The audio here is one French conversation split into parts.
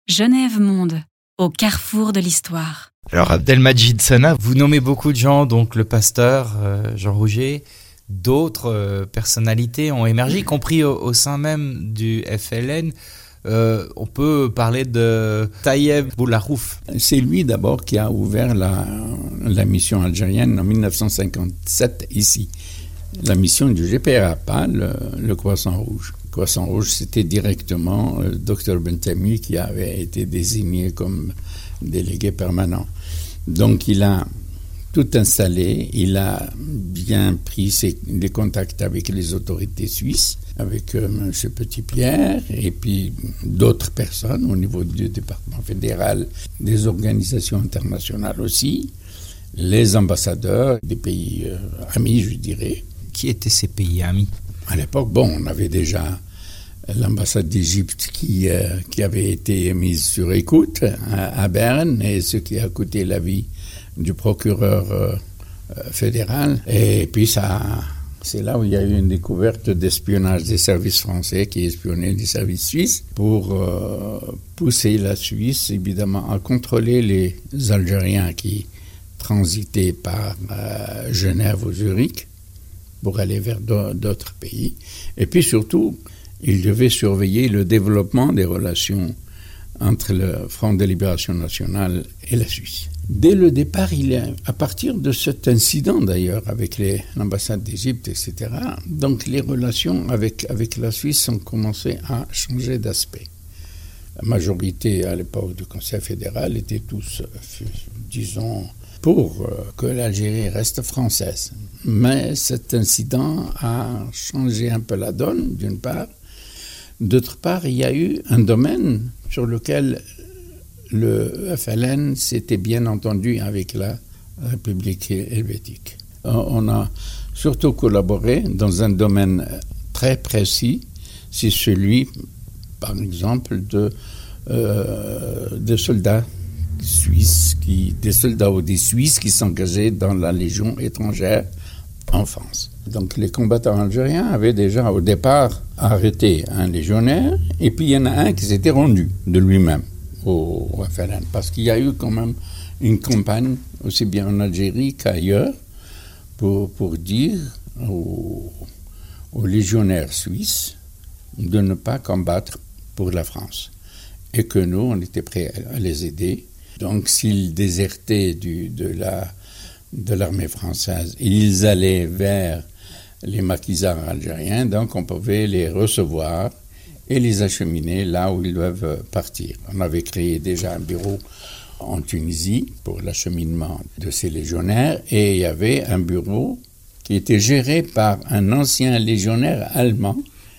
Genève Monde, au carrefour de l'histoire. Alors Abdelmajid Sana, vous nommez beaucoup de gens, donc le pasteur Jean Rouget, d'autres personnalités ont émergé, y compris au sein même du FLN. On peut parler de Tayeb Boularouf. C'est lui d'abord qui a ouvert la mission algérienne en 1957 ici. La mission du GPRA, pas le Croissant Rouge. Le Croissant Rouge, c'était directement le docteur Bentami qui avait été désigné comme délégué permanent. Donc il a tout installé, il a bien pris les contacts avec les autorités suisses, avec M. Petit-Pierre et puis d'autres personnes au niveau du département fédéral, des organisations internationales aussi, les ambassadeurs des pays amis, je dirais. Qui étaient ces pays amis ? À l'époque, on avait déjà l'ambassade d'Égypte qui avait été mise sur écoute à Berne, et ce qui a coûté la vie du procureur fédéral. Et puis c'est là où il y a eu une découverte d'espionnage des services français qui espionnaient les services suisses pour pousser la Suisse, évidemment, à contrôler les Algériens qui transitaient par Genève ou Zurich pour aller vers d'autres pays. Et puis surtout, il devait surveiller le développement des relations entre le Front de Libération Nationale et la Suisse. Dès le départ, à partir de cet incident d'ailleurs avec l'ambassade d'Égypte, etc., donc les relations avec la Suisse ont commencé à changer d'aspect. La majorité à l'époque du Conseil fédéral était tous, disons, pour que l'Algérie reste française. Mais cet incident a changé un peu la donne, d'une part. D'autre part, il y a eu un domaine sur lequel le FLN s'était bien entendu avec la République helvétique. On a surtout collaboré dans un domaine très précis, c'est celui, par exemple, de soldats suisses, des soldats ou des Suisses qui s'engageaient dans la Légion étrangère en France. Donc les combattants algériens avaient déjà au départ arrêté un légionnaire, et puis il y en a un qui s'était rendu de lui-même au FLN, parce qu'il y a eu quand même une campagne, aussi bien en Algérie qu'ailleurs, pour dire aux légionnaires suisses de ne pas combattre pour la France, et que nous, on était prêts à les aider. Donc s'ils désertaient de l'armée française, ils allaient vers les maquisards algériens, donc on pouvait les recevoir et les acheminer là où ils doivent partir. On avait créé déjà un bureau en Tunisie pour l'acheminement de ces légionnaires, et il y avait un bureau qui était géré par un ancien légionnaire allemand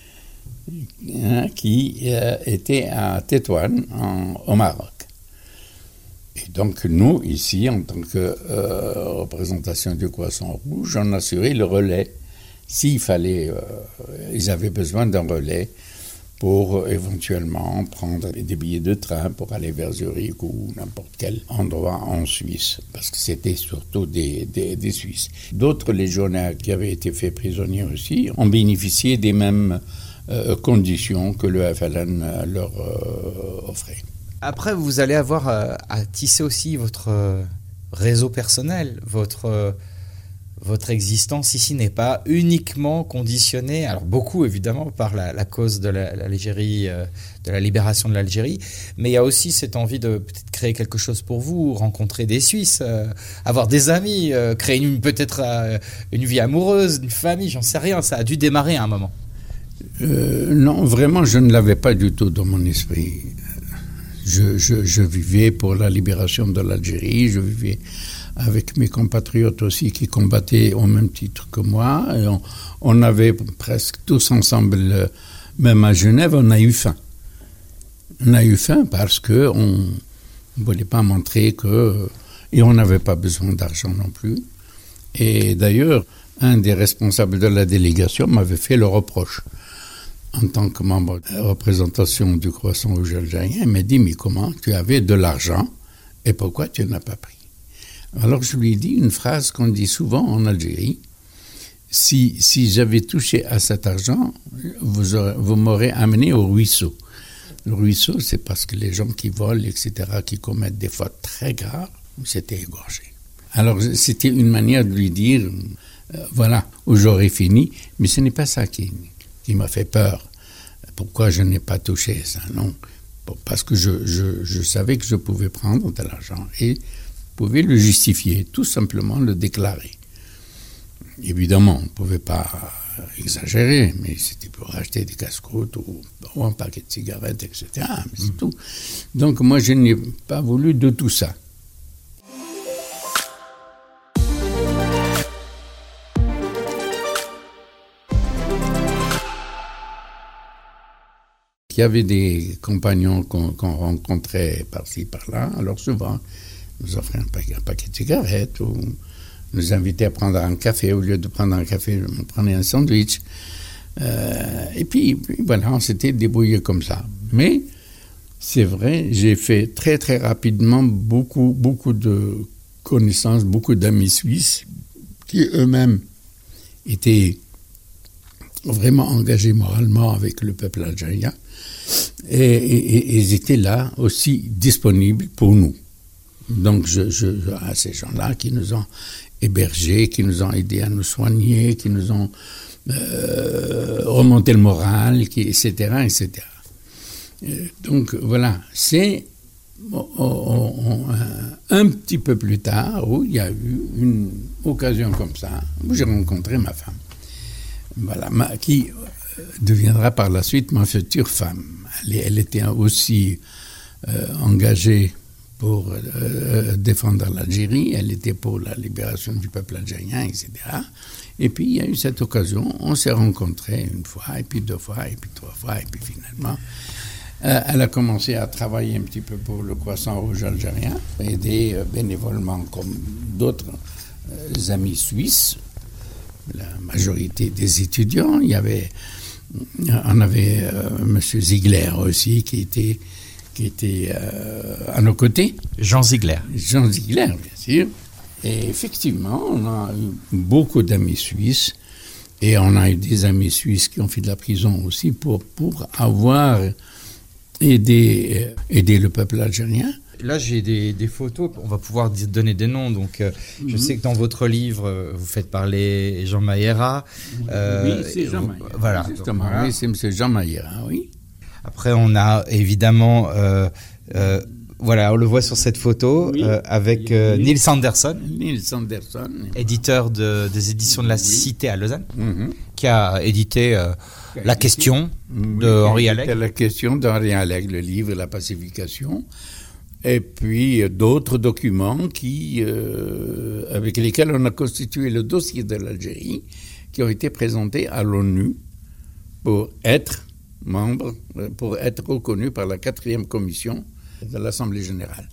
qui était à Tétouan, au Maroc. Et donc nous, ici, en tant que représentation du Croissant Rouge, on assurait le relais. S'il fallait, ils avaient besoin d'un relais pour éventuellement prendre des billets de train pour aller vers Zurich ou n'importe quel endroit en Suisse, parce que c'était surtout des Suisses. D'autres légionnaires qui avaient été faits prisonniers aussi ont bénéficié des mêmes conditions que le FLN leur offrait. Après, vous allez avoir à tisser aussi votre réseau personnel, votre existence ici n'est pas uniquement conditionnée, alors beaucoup évidemment par la cause de l'Algérie, de la libération de l'Algérie, mais il y a aussi cette envie de peut-être créer quelque chose pour vous, rencontrer des Suisses, avoir des amis, créer peut-être une vie amoureuse, une famille, j'en sais rien, ça a dû démarrer à un moment. Non, vraiment, je ne l'avais pas du tout dans mon esprit. Je vivais pour la libération de l'Algérie, je vivais avec mes compatriotes aussi qui combattaient au même titre que moi. Et on avait presque tous ensemble, même à Genève, on a eu faim. On a eu faim parce qu'on ne voulait pas montrer que... Et on n'avait pas besoin d'argent non plus. Et d'ailleurs, un des responsables de la délégation m'avait fait le reproche. En tant que membre de la représentation du Croissant Rouge algérien, il m'a dit « Mais comment, tu avais de l'argent et pourquoi tu n'as pas pris ?» Alors je lui ai dit une phrase qu'on dit souvent en Algérie. Si j'avais touché à cet argent, vous m'aurez amené au ruisseau. Le ruisseau, c'est parce que les gens qui volent, etc., qui commettent des fautes très graves, c'était égorgé. Alors, c'était une manière de lui dire, voilà, aujourd'hui fini, mais ce n'est pas ça qui m'a fait peur. Pourquoi je n'ai pas touché ça? Non, parce que je savais que je pouvais prendre de l'argent et pouvais le justifier, tout simplement le déclarer. Évidemment, on ne pouvait pas exagérer, mais c'était pour acheter des casse-croûtes ou un paquet de cigarettes, etc. Mais c'est tout. Donc moi, je n'ai pas voulu de tout ça. Il y avait des compagnons qu'on rencontrait par-ci, par-là. Alors souvent, nous offraient un paquet de cigarettes ou nous invitaient à prendre un café. Au lieu de prendre un café, on prenait un sandwich. Et puis, voilà, on s'était débrouillé comme ça. Mais c'est vrai, j'ai fait très, très rapidement beaucoup de connaissances, beaucoup d'amis suisses qui eux-mêmes étaient vraiment engagés moralement avec le peuple algérien. Et ils étaient là aussi disponibles pour nous. Donc, à ces gens-là qui nous ont hébergés, qui nous ont aidés à nous soigner, qui nous ont remonté le moral, etc., etc. Donc, voilà, c'est un petit peu plus tard où il y a eu une occasion comme ça, où j'ai rencontré ma femme. Voilà, qui deviendra par la suite ma future femme. Elle était aussi engagée pour défendre l'Algérie, elle était pour la libération du peuple algérien, etc. Et puis il y a eu cette occasion, on s'est rencontrés une fois, et puis deux fois, et puis trois fois, et puis finalement, elle a commencé à travailler un petit peu pour le Croissant Rouge algérien, aider bénévolement comme d'autres amis suisses, la majorité des étudiants. On avait M. Ziegler aussi qui était à nos côtés. Jean Ziegler. Jean Ziegler, bien sûr. Et effectivement, on a eu beaucoup d'amis suisses et on a eu des amis suisses qui ont fait de la prison aussi pour avoir aidé le peuple algérien. Là, j'ai des photos, on va pouvoir donner des noms. Donc, je sais que dans votre livre, vous faites parler Jean Maïra. Oui, c'est Jean Maïra. Voilà. Justement, voilà. Oui, c'est M. Jean Maïra, oui. Après, on a évidemment, voilà, on le voit sur cette photo, oui, avec Niels Anderson. Niels Anderson. Éditeur des éditions de la Cité à Lausanne, qui a édité La question d'Henri Alleg. La question d'Henri Alleg, le livre La pacification. Et puis d'autres documents avec lesquels on a constitué le dossier de l'Algérie, qui ont été présentés à l'ONU pour être reconnus par la 4e commission de l'Assemblée générale.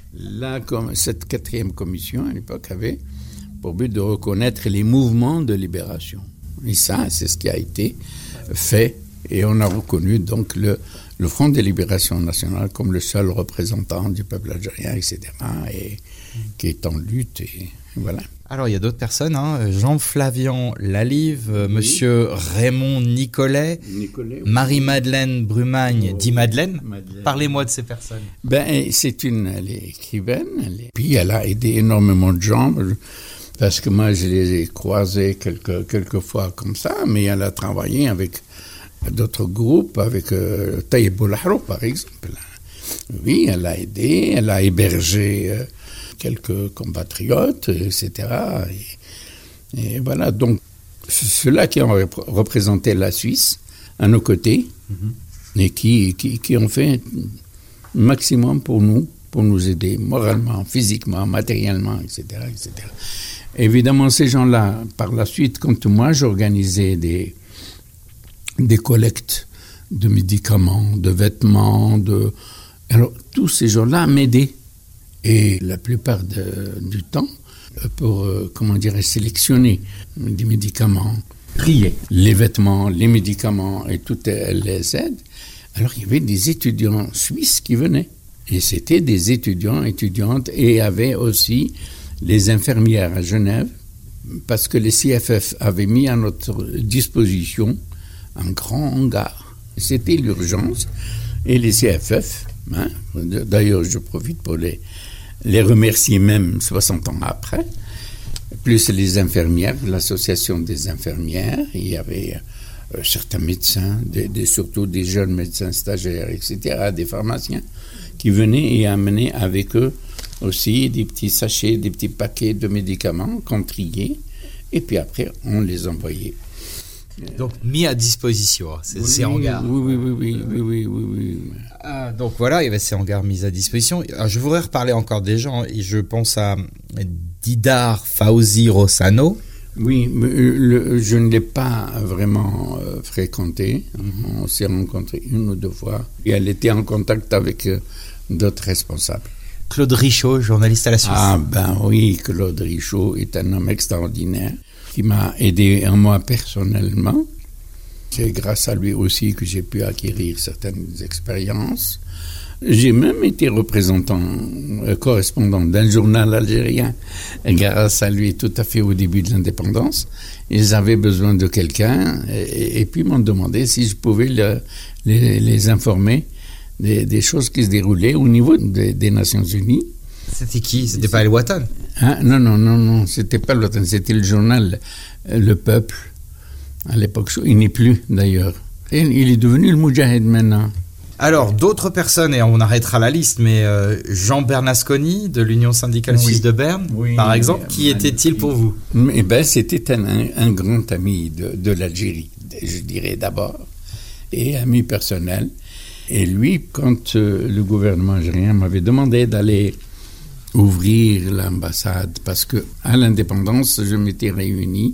Cette 4e commission, à l'époque, avait pour but de reconnaître les mouvements de libération. Et ça, c'est ce qui a été fait. Et on a reconnu donc le Front de libération nationale comme le seul représentant du peuple algérien, etc., et qui est en lutte, et voilà. Alors, il y a d'autres personnes, Jean-Flavian Lalive, Monsieur Raymond Nicolet, Marie-Madeleine Brumagne, dit Madeleine. Parlez-moi de ces personnes. Elle est écrivaine, puis elle a aidé énormément de gens, parce que moi, je les ai croisés quelques fois comme ça, mais elle a travaillé avec d'autres groupes, avec Taïeb Boulahro, par exemple. Oui, elle a aidé, elle a hébergé quelques compatriotes, etc. Et voilà, donc, ceux-là qui ont représenté la Suisse à nos côtés, et qui ont fait un maximum pour nous aider moralement, physiquement, matériellement, etc., etc. Évidemment, ces gens-là, par la suite, quand moi, j'organisais des collectes de médicaments, de vêtements, alors tous ces gens-là m'aidaient. Et la plupart du temps, pour, sélectionner des médicaments, trier les vêtements, les médicaments et toutes les aides, alors il y avait des étudiants suisses qui venaient. Et c'était des étudiantes, et il y avait aussi les infirmières à Genève, parce que les CFF avaient mis à notre disposition un grand hangar. C'était l'urgence. et les CFF. Hein. D'ailleurs, je profite pour les remercier même 60 ans après. Plus les infirmières, l'association des infirmières. Il y avait certains médecins, surtout des jeunes médecins stagiaires, etc., des pharmaciens, qui venaient et amenaient avec eux aussi des petits sachets, des petits paquets de médicaments qu'on triait, et puis après, on les envoyait. Donc, mis à disposition, ces hangars. Oui. Donc voilà, il y avait ces hangars mis à disposition. Alors, je voudrais reparler encore des gens, et je pense à Didar Fauzi Rossano. Oui, je ne l'ai pas vraiment fréquenté. On s'est rencontrés 1 ou 2 fois, et elle était en contact avec d'autres responsables. Claude Richaud, journaliste à la Suisse. Ah ben oui, Claude Richaud est un homme extraordinaire qui m'a aidé moi personnellement. C'est grâce à lui aussi que j'ai pu acquérir certaines expériences. J'ai même été représentant, correspondant d'un journal algérien grâce à lui tout à fait au début de l'indépendance. Ils avaient besoin de quelqu'un et puis m'ont demandé si je pouvais les informer des choses qui se déroulaient au niveau des Nations Unies. C'était qui? C'était pas El Watan? Non, c'était pas El Watan, c'était le journal Le Peuple. À l'époque, il n'est plus d'ailleurs. Et il est devenu le Moudjahid maintenant. Alors, d'autres personnes, et on arrêtera la liste, mais Jean Bernasconi, de l'Union syndicale suisse de Berne, par exemple, qui était-il pour vous? C'était un grand ami de l'Algérie, je dirais d'abord, et ami personnel. Et lui, quand le gouvernement algérien m'avait demandé d'aller ouvrir l'ambassade, parce qu'à l'indépendance, je m'étais réuni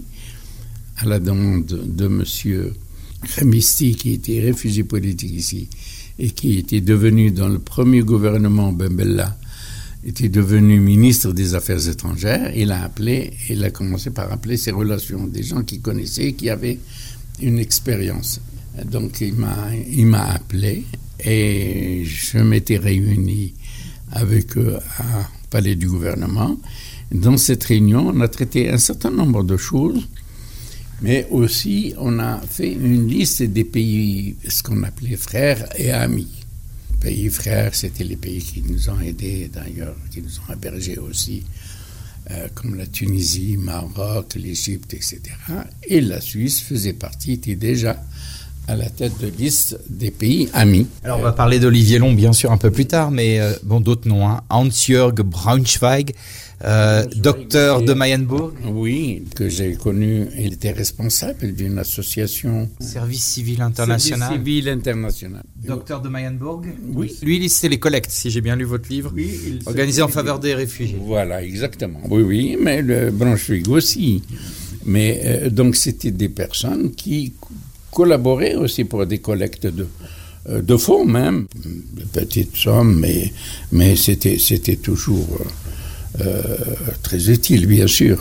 à la demande de M. Khamisti, qui était réfugié politique ici, et qui était devenu, dans le premier gouvernement Ben Bella, était devenu ministre des Affaires étrangères. Il a commencé par appeler ses relations, des gens qu'il connaissait, qui avaient une expérience. Donc il m'a appelé et je m'étais réuni avec eux à Palais du gouvernement. Dans cette réunion, on a traité un certain nombre de choses, mais aussi on a fait une liste des pays, ce qu'on appelait frères et amis. Pays frères, c'était les pays qui nous ont aidés d'ailleurs, qui nous ont hébergés aussi, comme la Tunisie, Maroc, l'Égypte, etc. Et la Suisse faisait partie, était déjà à la tête de liste des pays amis. Alors on va parler d'Olivier Long bien sûr un peu plus tard, mais d'autres noms, hein. Hans-Jörg Braunschweig, docteur de Mayenburg. Oui, que j'ai connu. Il était responsable d'une association. Service civil international. Service civil international. Docteur de Mayenburg. Oui. Lui, c'est les collectes, si j'ai bien lu votre livre, organisé en faveur des réfugiés. Voilà, exactement. Oui, mais le Braunschweig aussi. Mais donc c'était des personnes qui collaboraient aussi pour des collectes de fonds même, de petites sommes, mais c'était toujours très utile, bien sûr.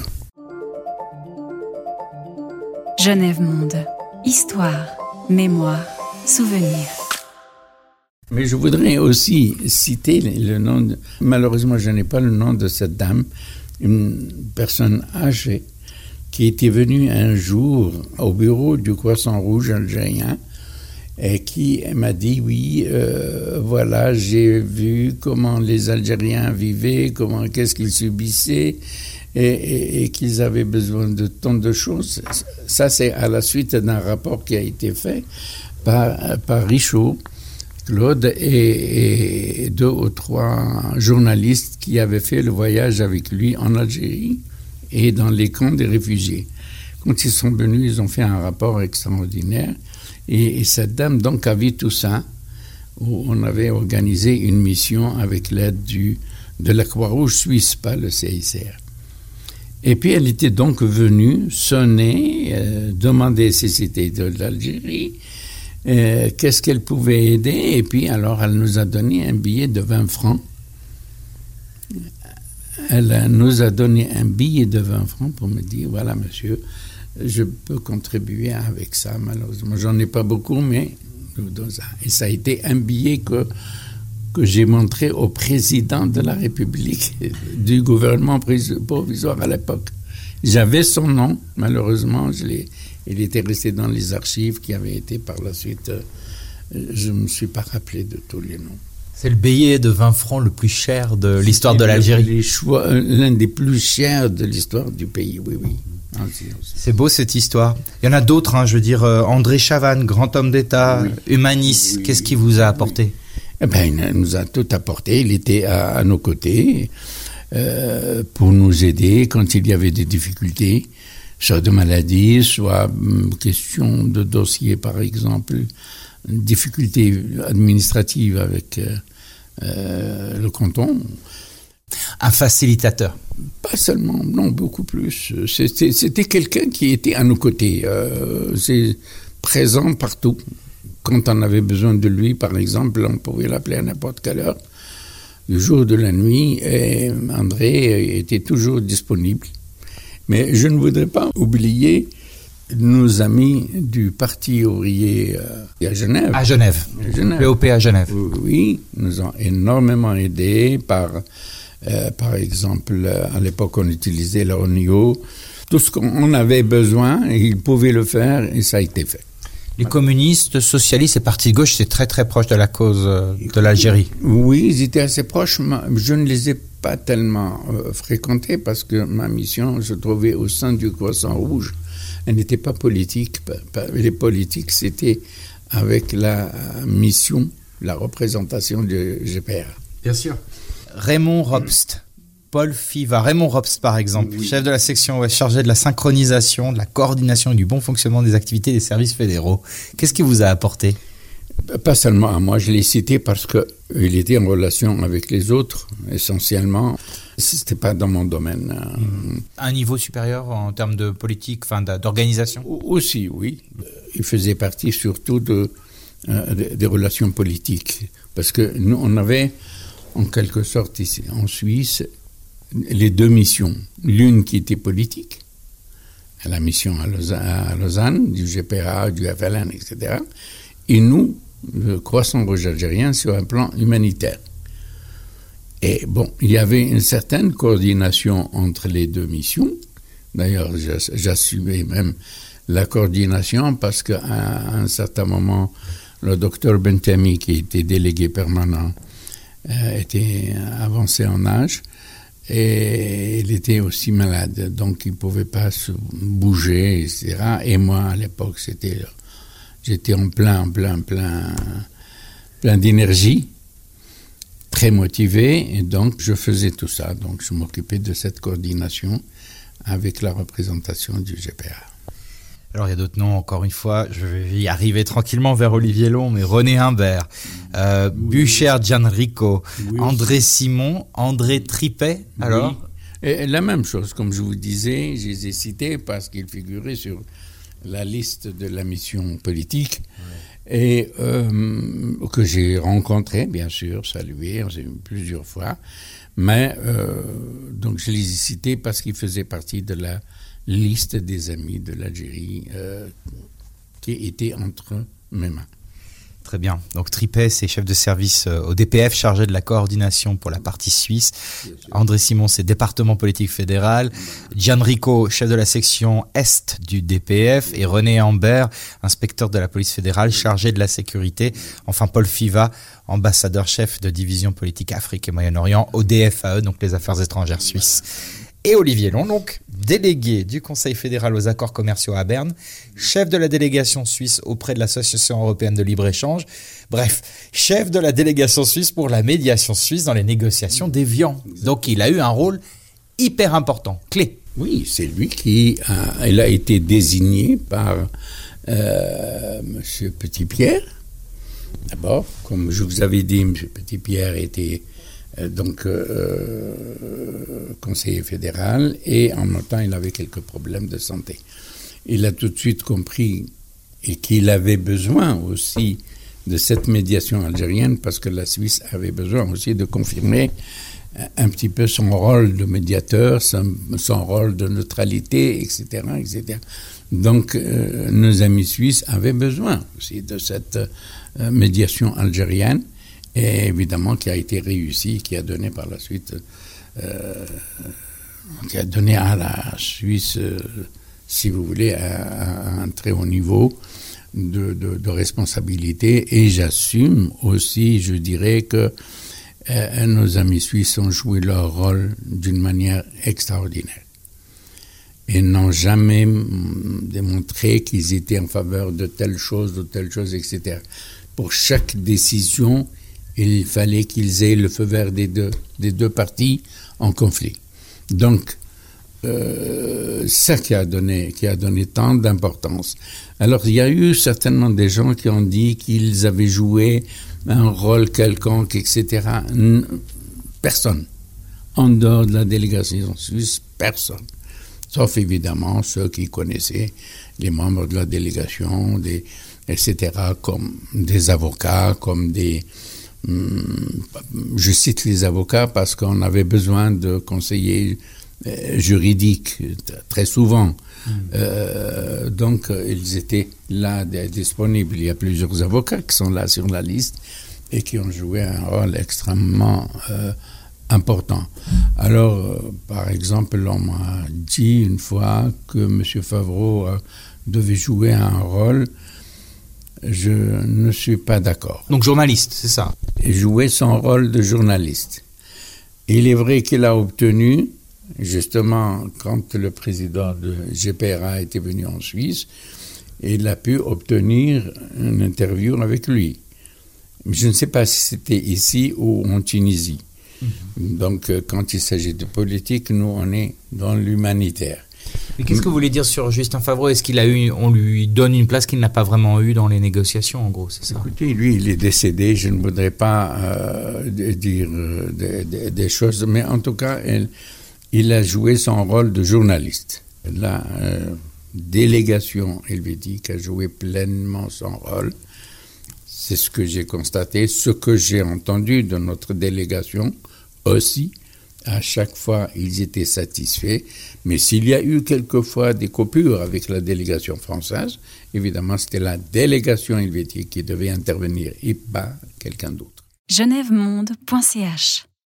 Genève Monde. Histoire, mémoire, souvenir. Mais je voudrais aussi citer le nom, malheureusement je n'ai pas le nom de cette dame, une personne âgée qui était venue un jour au bureau du Croissant Rouge algérien et qui m'a dit, oui, voilà, j'ai vu comment les Algériens vivaient, qu'est-ce qu'ils subissaient et qu'ils avaient besoin de tant de choses. Ça, c'est à la suite d'un rapport qui a été fait par Richaud, Claude et 2 ou 3 journalistes qui avaient fait le voyage avec lui en Algérie et dans les camps des réfugiés. Quand ils sont venus, ils ont fait un rapport extraordinaire. Et cette dame, donc, a vu tout ça, où on avait organisé une mission avec l'aide de la Croix-Rouge suisse, pas le CICR. Et puis, elle était donc venue sonner, demander si c'était de l'Algérie, qu'est-ce qu'elle pouvait aider. Et puis, alors, elle nous a donné un billet de 20 francs. Elle nous a donné un billet de 20 francs pour me dire, voilà, monsieur, je peux contribuer avec ça, malheureusement. J'en ai pas beaucoup, mais et ça a été un billet que j'ai montré au président de la République, du gouvernement provisoire à l'époque. J'avais son nom, malheureusement, il était resté dans les archives qui avaient été par la suite je ne me suis pas rappelé de tous les noms. C'est le billet de 20 francs le plus cher de l'histoire de l'Algérie. L'un des plus chers de l'histoire du pays, oui. C'est beau cette histoire. Il y en a d'autres, je veux dire, André Chavannes, grand homme d'État, humaniste, Oui. Qu'est-ce qu'il vous a apporté ? Eh ben, il nous a tout apporté. Il était à nos côtés pour nous aider quand il y avait des difficultés, soit de maladie, soit question de dossier, par exemple, difficultés administratives avec le canton. Un facilitateur. Pas seulement, non, beaucoup plus. C'était quelqu'un qui était à nos côtés. C'est présent partout. Quand on avait besoin de lui, par exemple, on pouvait l'appeler à n'importe quelle heure, du jour ou de la nuit, et André était toujours disponible. Mais je ne voudrais pas oublier nos amis du Parti ouvrier à Genève. À Genève. POP à Genève. Oui, nous ont énormément aidés par exemple, à l'époque, on utilisait le RNIO. Tout ce qu'on avait besoin, ils pouvaient le faire et ça a été fait. Les communistes, socialistes et partis de gauche, c'est très très proche de la cause de l'Algérie. Oui, ils étaient assez proches. Je ne les ai pas tellement fréquentés parce que ma mission se trouvait au sein du Croissant Rouge. Elle n'était pas politique. Les politiques, c'était avec la mission, la représentation du GPR. Bien sûr. Raymond Ropst, Paul Fiva. Raymond Ropst, par exemple, chef de la section ouest, chargé de la synchronisation, de la coordination et du bon fonctionnement des activités des services fédéraux. Qu'est-ce qu'il vous a apporté ? Pas seulement à moi, je l'ai cité parce qu'il était en relation avec les autres, essentiellement. C'était pas dans mon domaine. Un niveau supérieur en termes de politique, d'organisation ? Aussi, oui. Il faisait partie surtout des relations politiques. Parce que nous, on avait, en quelque sorte, ici, en Suisse, les deux missions. L'une qui était politique, la mission à Lausanne, du GPA, du FLN, etc. Et nous, le Croissant Rouge algérien, sur un plan humanitaire. Et bon, il y avait une certaine coordination entre les deux missions. D'ailleurs, j'assumais même la coordination parce qu'à un certain moment, le docteur Bentami, qui était délégué permanent, était avancé en âge et il était aussi malade, donc il ne pouvait pas se bouger, etc. Et moi, à l'époque, j'étais en plein d'énergie, très motivé, et donc je faisais tout ça. Donc je m'occupais de cette coordination avec la représentation du GPA. Alors, il y a d'autres noms, encore une fois, je vais y arriver tranquillement vers Olivier Long, mais René Humbert, Bucher Gianrico, André Simon, André Tripet, alors Et la même chose, comme je vous disais, je les ai cités parce qu'ils figuraient sur la liste de la mission politique, et que j'ai rencontré, bien sûr, salué, on s'est vu plusieurs fois, mais donc je les ai cités parce qu'ils faisaient partie de la liste des amis de l'Algérie qui était entre mes mains. Très bien. Donc Tripet, c'est chef de service au DPF, chargé de la coordination pour la partie suisse. André Simon, c'est département politique fédéral. Gianrico, chef de la section Est du DPF. Et René Humbert, inspecteur de la police fédérale, chargé de la sécurité. Enfin, Paul Fiva, ambassadeur-chef de division politique Afrique et Moyen-Orient au DFAE, donc les affaires étrangères suisses. Et Olivier Long, donc délégué du Conseil fédéral aux accords commerciaux à Berne, chef de la délégation suisse auprès de l'Association européenne de libre-échange, bref, chef de la délégation suisse pour la médiation suisse dans les négociations d'Évian. Donc il a eu un rôle hyper important, clé. Oui, c'est lui qui il a été désigné par M. Petit-Pierre. D'abord, comme je vous avais dit, M. Petit-Pierre était conseiller fédéral, et en même temps il avait quelques problèmes de santé. Il a tout de suite compris et qu'il avait besoin aussi de cette médiation algérienne parce que la Suisse avait besoin aussi de confirmer un petit peu son rôle de médiateur, son rôle de neutralité, etc., etc. Donc nos amis suisses avaient besoin aussi de cette médiation algérienne, et évidemment qui a été réussi, qui a donné par la suite, qui a donné à la Suisse, si vous voulez, à un très haut niveau de responsabilité, et j'assume aussi, je dirais que nos amis suisses ont joué leur rôle d'une manière extraordinaire. Ils n'ont jamais démontré qu'ils étaient en faveur de telle chose, etc. Pour chaque décision, il fallait qu'ils aient le feu vert des deux parties en conflit. Donc, ça qui a donné tant d'importance. Alors, il y a eu certainement des gens qui ont dit qu'ils avaient joué un rôle quelconque, etc. Personne. En dehors de la délégation suisse, personne. Sauf évidemment ceux qui connaissaient les membres de la délégation, etc., comme des avocats, comme des... Je cite les avocats parce qu'on avait besoin de conseillers juridiques très souvent. Donc, ils étaient là disponibles. Il y a plusieurs avocats qui sont là sur la liste et qui ont joué un rôle extrêmement important. Alors, par exemple, on m'a dit une fois que M. Favreau devait jouer un rôle. Je ne suis pas d'accord. Donc journaliste, c'est ça? Et jouer son rôle de journaliste. Il est vrai qu'il a obtenu, justement, quand le président de GPRA était venu en Suisse, il a pu obtenir une interview avec lui. Je ne sais pas si c'était ici ou en Tunisie. Donc, quand il s'agit de politique, nous, on est dans l'humanitaire. Mais qu'est-ce que vous voulez dire sur Justin Favreau? Est-ce on lui donne une place qu'il n'a pas vraiment eue dans les négociations, en gros, c'est ça? Écoutez, lui, il est décédé. Je ne voudrais pas dire des choses, mais en tout cas, il a joué son rôle de journaliste. La délégation helvétique a joué pleinement son rôle. C'est ce que j'ai constaté, ce que j'ai entendu de notre délégation aussi. À chaque fois, ils étaient satisfaits. Mais s'il y a eu quelquefois des coupures avec la délégation française, évidemment, c'était la délégation helvétique qui devait intervenir et pas quelqu'un d'autre. genèvemonde.ch